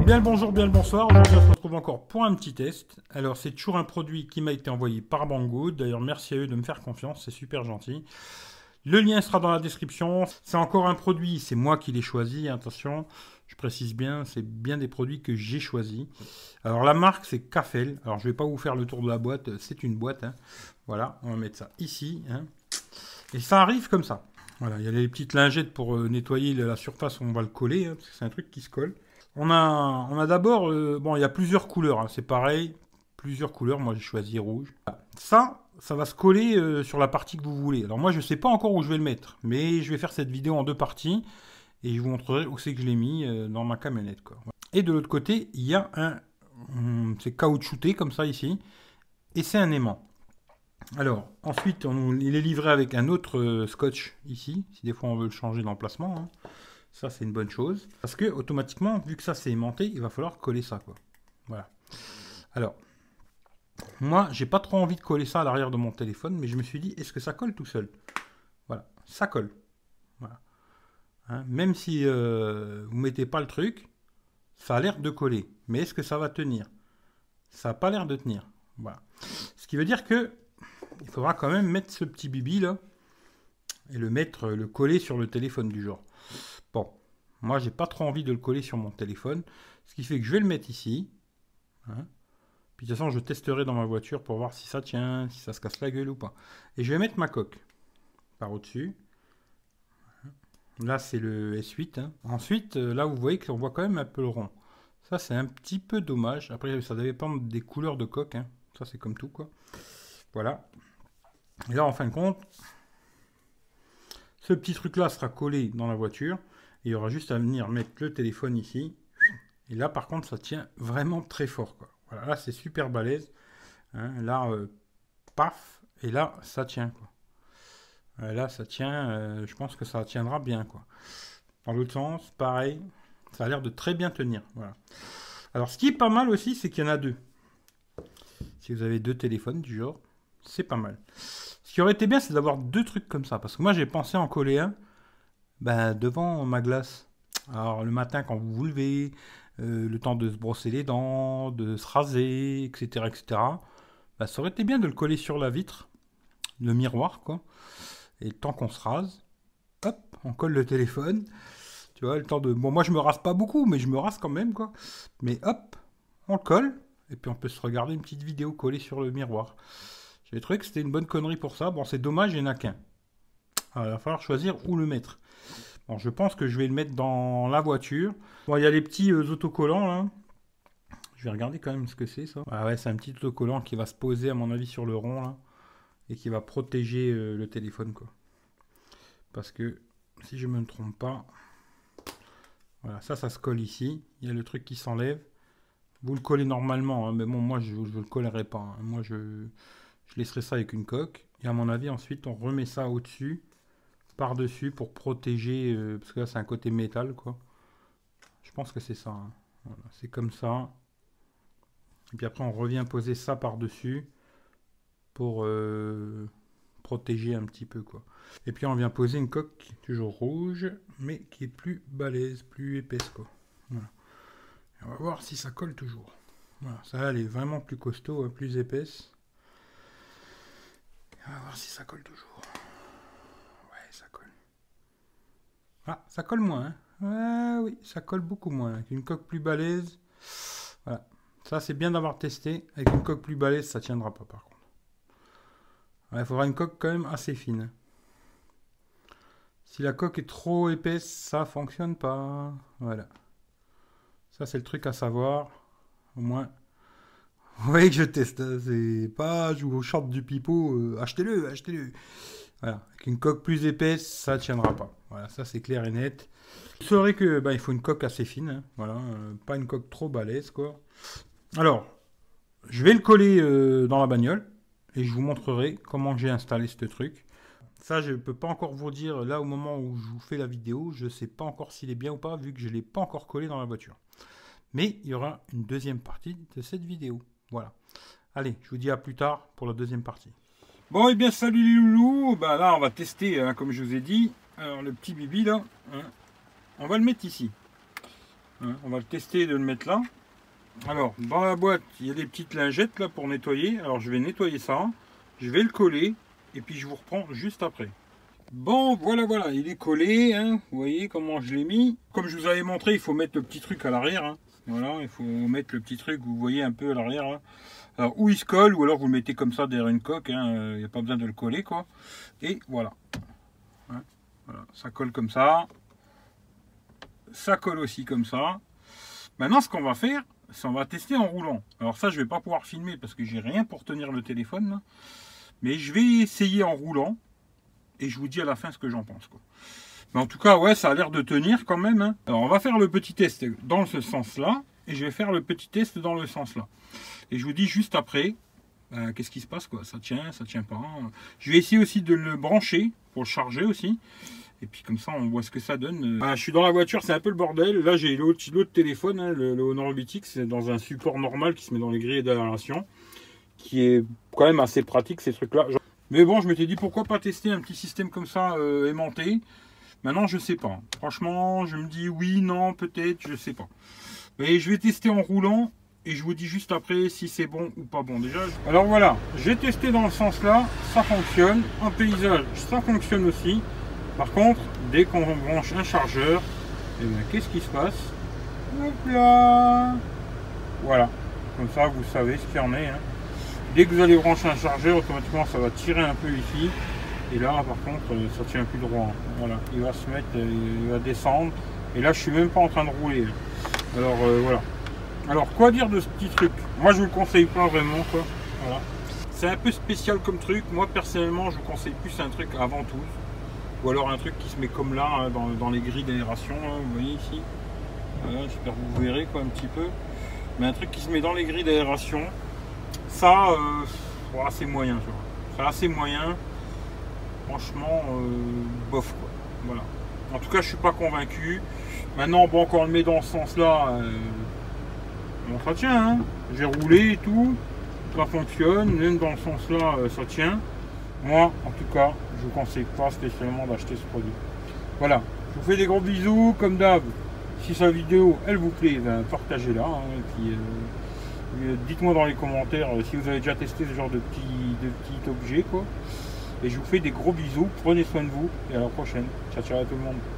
Bien le bonjour, bien le bonsoir. Aujourd'hui, on se retrouve encore pour un petit test. Alors, c'est toujours un produit qui m'a été envoyé par Banggood. D'ailleurs, merci à eux de me faire confiance, c'est super gentil. Le lien sera dans la description. C'est encore un produit, c'est moi qui l'ai choisi, attention. Je précise bien, c'est bien des produits que j'ai choisis. Alors, la marque, c'est Cafel. Alors, je ne vais pas vous faire le tour de la boîte, c'est une boîte. Hein. Voilà, on va mettre ça ici. Hein. Et ça arrive comme ça. Voilà, il y a les petites lingettes pour nettoyer la surface où on va le coller, hein, parce que c'est un truc qui se colle. On a d'abord, bon, il y a plusieurs couleurs, hein, c'est pareil, plusieurs couleurs. Moi, j'ai choisi rouge. Ça va se coller sur la partie que vous voulez. Alors moi, je ne sais pas encore où je vais le mettre, mais je vais faire cette vidéo en deux parties et je vous montrerai où c'est que je l'ai mis dans ma camionnette, quoi. Et de l'autre côté, il y a c'est caoutchouté comme ça ici, et c'est un aimant. Alors, ensuite, il est livré avec un autre scotch ici, si des fois on veut le changer d'emplacement. Hein. Ça, c'est une bonne chose. Parce que, automatiquement, vu que ça, c'est aimanté, il va falloir coller ça, quoi. Voilà. Alors, moi, j'ai pas trop envie de coller ça à l'arrière de mon téléphone, mais je me suis dit, est-ce que ça colle tout seul? Voilà, ça colle. Voilà. Hein, même si vous mettez pas le truc, ça a l'air de coller. Mais est-ce que ça va tenir? Ça n'a pas l'air de tenir. Voilà. Ce qui veut dire que il faudra quand même mettre ce petit bibi là et le coller sur le téléphone du genre. Bon, moi j'ai pas trop envie de le coller sur mon téléphone, ce qui fait que je vais le mettre ici. Hein. Puis de toute façon, je testerai dans ma voiture pour voir si ça tient, si ça se casse la gueule ou pas. Et je vais mettre ma coque par au-dessus. Là, c'est le S8. Hein. Ensuite, là, vous voyez qu'on voit quand même un peu le rond. Ça, c'est un petit peu dommage. Après, ça dépend des couleurs de coque. Hein. Ça, c'est comme tout, quoi. Voilà. Et là, en fin de compte, ce petit truc-là sera collé dans la voiture. Et il y aura juste à venir mettre le téléphone ici. Et là, par contre, ça tient vraiment très fort, quoi. Voilà, là, c'est super balèze. Hein. Là, paf. Et là, ça tient, quoi. Là, ça tient. Je pense que ça tiendra bien, quoi. Dans l'autre sens, pareil. Ça a l'air de très bien tenir. Voilà. Alors, ce qui est pas mal aussi, c'est qu'il y en a deux. Si vous avez deux téléphones du genre, c'est pas mal. Ce qui aurait été bien, c'est d'avoir deux trucs comme ça. Parce que moi, j'ai pensé en coller un devant ma glace. Alors, le matin, quand vous vous levez, le temps de se brosser les dents, de se raser, etc., etc., ça aurait été bien de le coller sur la vitre, le miroir, quoi. Et le temps qu'on se rase, hop, on colle le téléphone. Tu vois, le temps de... Bon, moi, je me rase pas beaucoup, mais je me rase quand même, quoi. Mais hop, on le colle. Et puis, on peut se regarder une petite vidéo collée sur le miroir. J'ai trouvé que c'était une bonne connerie pour ça. Bon, c'est dommage, il n'y en a qu'un. Alors, il va falloir choisir où le mettre. Bon, je pense que je vais le mettre dans la voiture. Bon, il y a les petits autocollants, là. Je vais regarder quand même ce que c'est, ça. Ah ouais, c'est un petit autocollant qui va se poser, à mon avis, sur le rond, là. Et qui va protéger le téléphone, quoi. Parce que, si je ne me trompe pas... Voilà, ça se colle ici. Il y a le truc qui s'enlève. Vous le collez normalement, hein, mais bon, moi, je ne le collerai pas. Hein. Moi, je laisserai ça avec une coque. Et à mon avis, ensuite, on remet ça au-dessus, par-dessus, pour protéger... parce que là, c'est un côté métal, quoi. Je pense que c'est ça. Hein. Voilà, c'est comme ça. Et puis après, on revient poser ça par-dessus pour protéger un petit peu, quoi. Et puis, on vient poser une coque toujours rouge, mais qui est plus balèze, plus épaisse, quoi. Voilà. Et on va voir si ça colle toujours. Voilà, ça, elle est vraiment plus costaud, hein, plus épaisse. On va voir si ça colle toujours. Ouais, ça colle. Ah, ça colle moins, hein. Oui, ça colle beaucoup moins. Avec une coque plus balèze. Voilà. Ça, c'est bien d'avoir testé. Avec une coque plus balèze, ça tiendra pas, par contre. Il faudra une coque quand même assez fine. Si la coque est trop épaisse, ça fonctionne pas. Voilà. Ça, c'est le truc à savoir. Au moins, vous voyez que je teste. Hein. C'est pas, je vous chante du pipeau. Achetez-le, achetez-le. Voilà. Avec une coque plus épaisse, ça tiendra pas. Voilà, ça, c'est clair et net. Vous saurez que il faut une coque assez fine. Hein. Voilà. Pas une coque trop balèze, quoi. Alors, je vais le coller dans la bagnole. Et je vous montrerai comment j'ai installé ce truc. Ça, je ne peux pas encore vous dire, là, au moment où je vous fais la vidéo, je ne sais pas encore s'il est bien ou pas, vu que je ne l'ai pas encore collé dans la voiture. Mais il y aura une deuxième partie de cette vidéo. Voilà. Allez, je vous dis à plus tard pour la deuxième partie. Bon, et bien, salut les loulous. Là, on va tester, comme je vous ai dit. Alors, le petit bibi, là, on va le mettre ici. Hein, on va le tester de le mettre là. Alors, dans la boîte, il y a des petites lingettes là pour nettoyer. Alors, je vais nettoyer ça. Je vais le coller. Et puis, je vous reprends juste après. Bon, voilà, il est collé. Hein. Vous voyez comment je l'ai mis. Comme je vous avais montré, il faut mettre le petit truc à l'arrière. Hein. Voilà, il faut mettre le petit truc, vous voyez un peu à l'arrière. Hein. Alors, ou il se colle, ou alors vous le mettez comme ça derrière une coque. Hein. Il n'y a pas besoin de le coller, quoi. Et voilà. Hein. Voilà, ça colle comme ça. Ça colle aussi comme ça. Maintenant, ce qu'on va faire, c'est on va tester en roulant. Alors ça, je vais pas pouvoir filmer parce que j'ai rien pour tenir le téléphone. Là. Mais je vais essayer en roulant. Et je vous dis à la fin ce que j'en pense. Quoi. Mais en tout cas, ouais, ça a l'air de tenir quand même. Hein. Alors, on va faire le petit test dans ce sens-là. Et je vais faire le petit test dans le sens-là. Et je vous dis juste après, qu'est-ce qui se passe, quoi. Ça tient pas. Je vais essayer aussi de le brancher pour le charger aussi. Et puis comme ça, on voit ce que ça donne. Je suis dans la voiture, c'est un peu le bordel. Là, j'ai l'autre téléphone, hein, le Honor 8X, c'est dans un support normal qui se met dans les grilles d'aération. Qui est quand même assez pratique, ces trucs-là. Mais bon, je m'étais dit pourquoi pas tester un petit système comme ça aimanté. Maintenant, je sais pas. Franchement, je me dis oui, non, peut-être, je sais pas. Mais je vais tester en roulant et je vous dis juste après si c'est bon ou pas bon. Déjà, alors voilà, j'ai testé dans le sens là, ça fonctionne. En paysage, ça fonctionne aussi. Par contre, dès qu'on branche un chargeur, eh bien, qu'est-ce qui se passe? Hop là. Voilà, comme ça, vous savez ce qu'il y en est. Hein. Dès que vous allez brancher un chargeur, automatiquement ça va tirer un peu ici. Et là par contre ça tient plus droit. Voilà, il va se mettre, il va descendre. Et là je suis même pas en train de rouler. Alors voilà. Alors quoi dire de ce petit truc? Moi je vous le conseille pas vraiment quoi. Voilà. C'est un peu spécial comme truc. Moi personnellement je vous conseille plus un truc avant tout. Ou alors un truc qui se met comme là hein, dans les grilles d'aération. Hein, vous voyez ici. Voilà, j'espère que vous verrez quoi un petit peu. Mais un truc qui se met dans les grilles d'aération. Ça, c'est moyen, c'est assez moyen. Franchement, bof quoi. Voilà. En tout cas, je suis pas convaincu. Maintenant, bon, quand on le met dans ce sens-là, bon, ça tient. Hein. J'ai roulé et tout, ça fonctionne. Même dans ce sens-là, ça tient. Moi, en tout cas, je vous conseille pas spécialement d'acheter ce produit. Voilà. Je vous fais des gros bisous, comme d'hab. Si cette vidéo, elle vous plaît, ben, partagez-la. Hein, et puis, dites-moi dans les commentaires si vous avez déjà testé ce genre de petits objets quoi. Et je vous fais des gros bisous, prenez soin de vous et à la prochaine. Ciao ciao à tout le monde.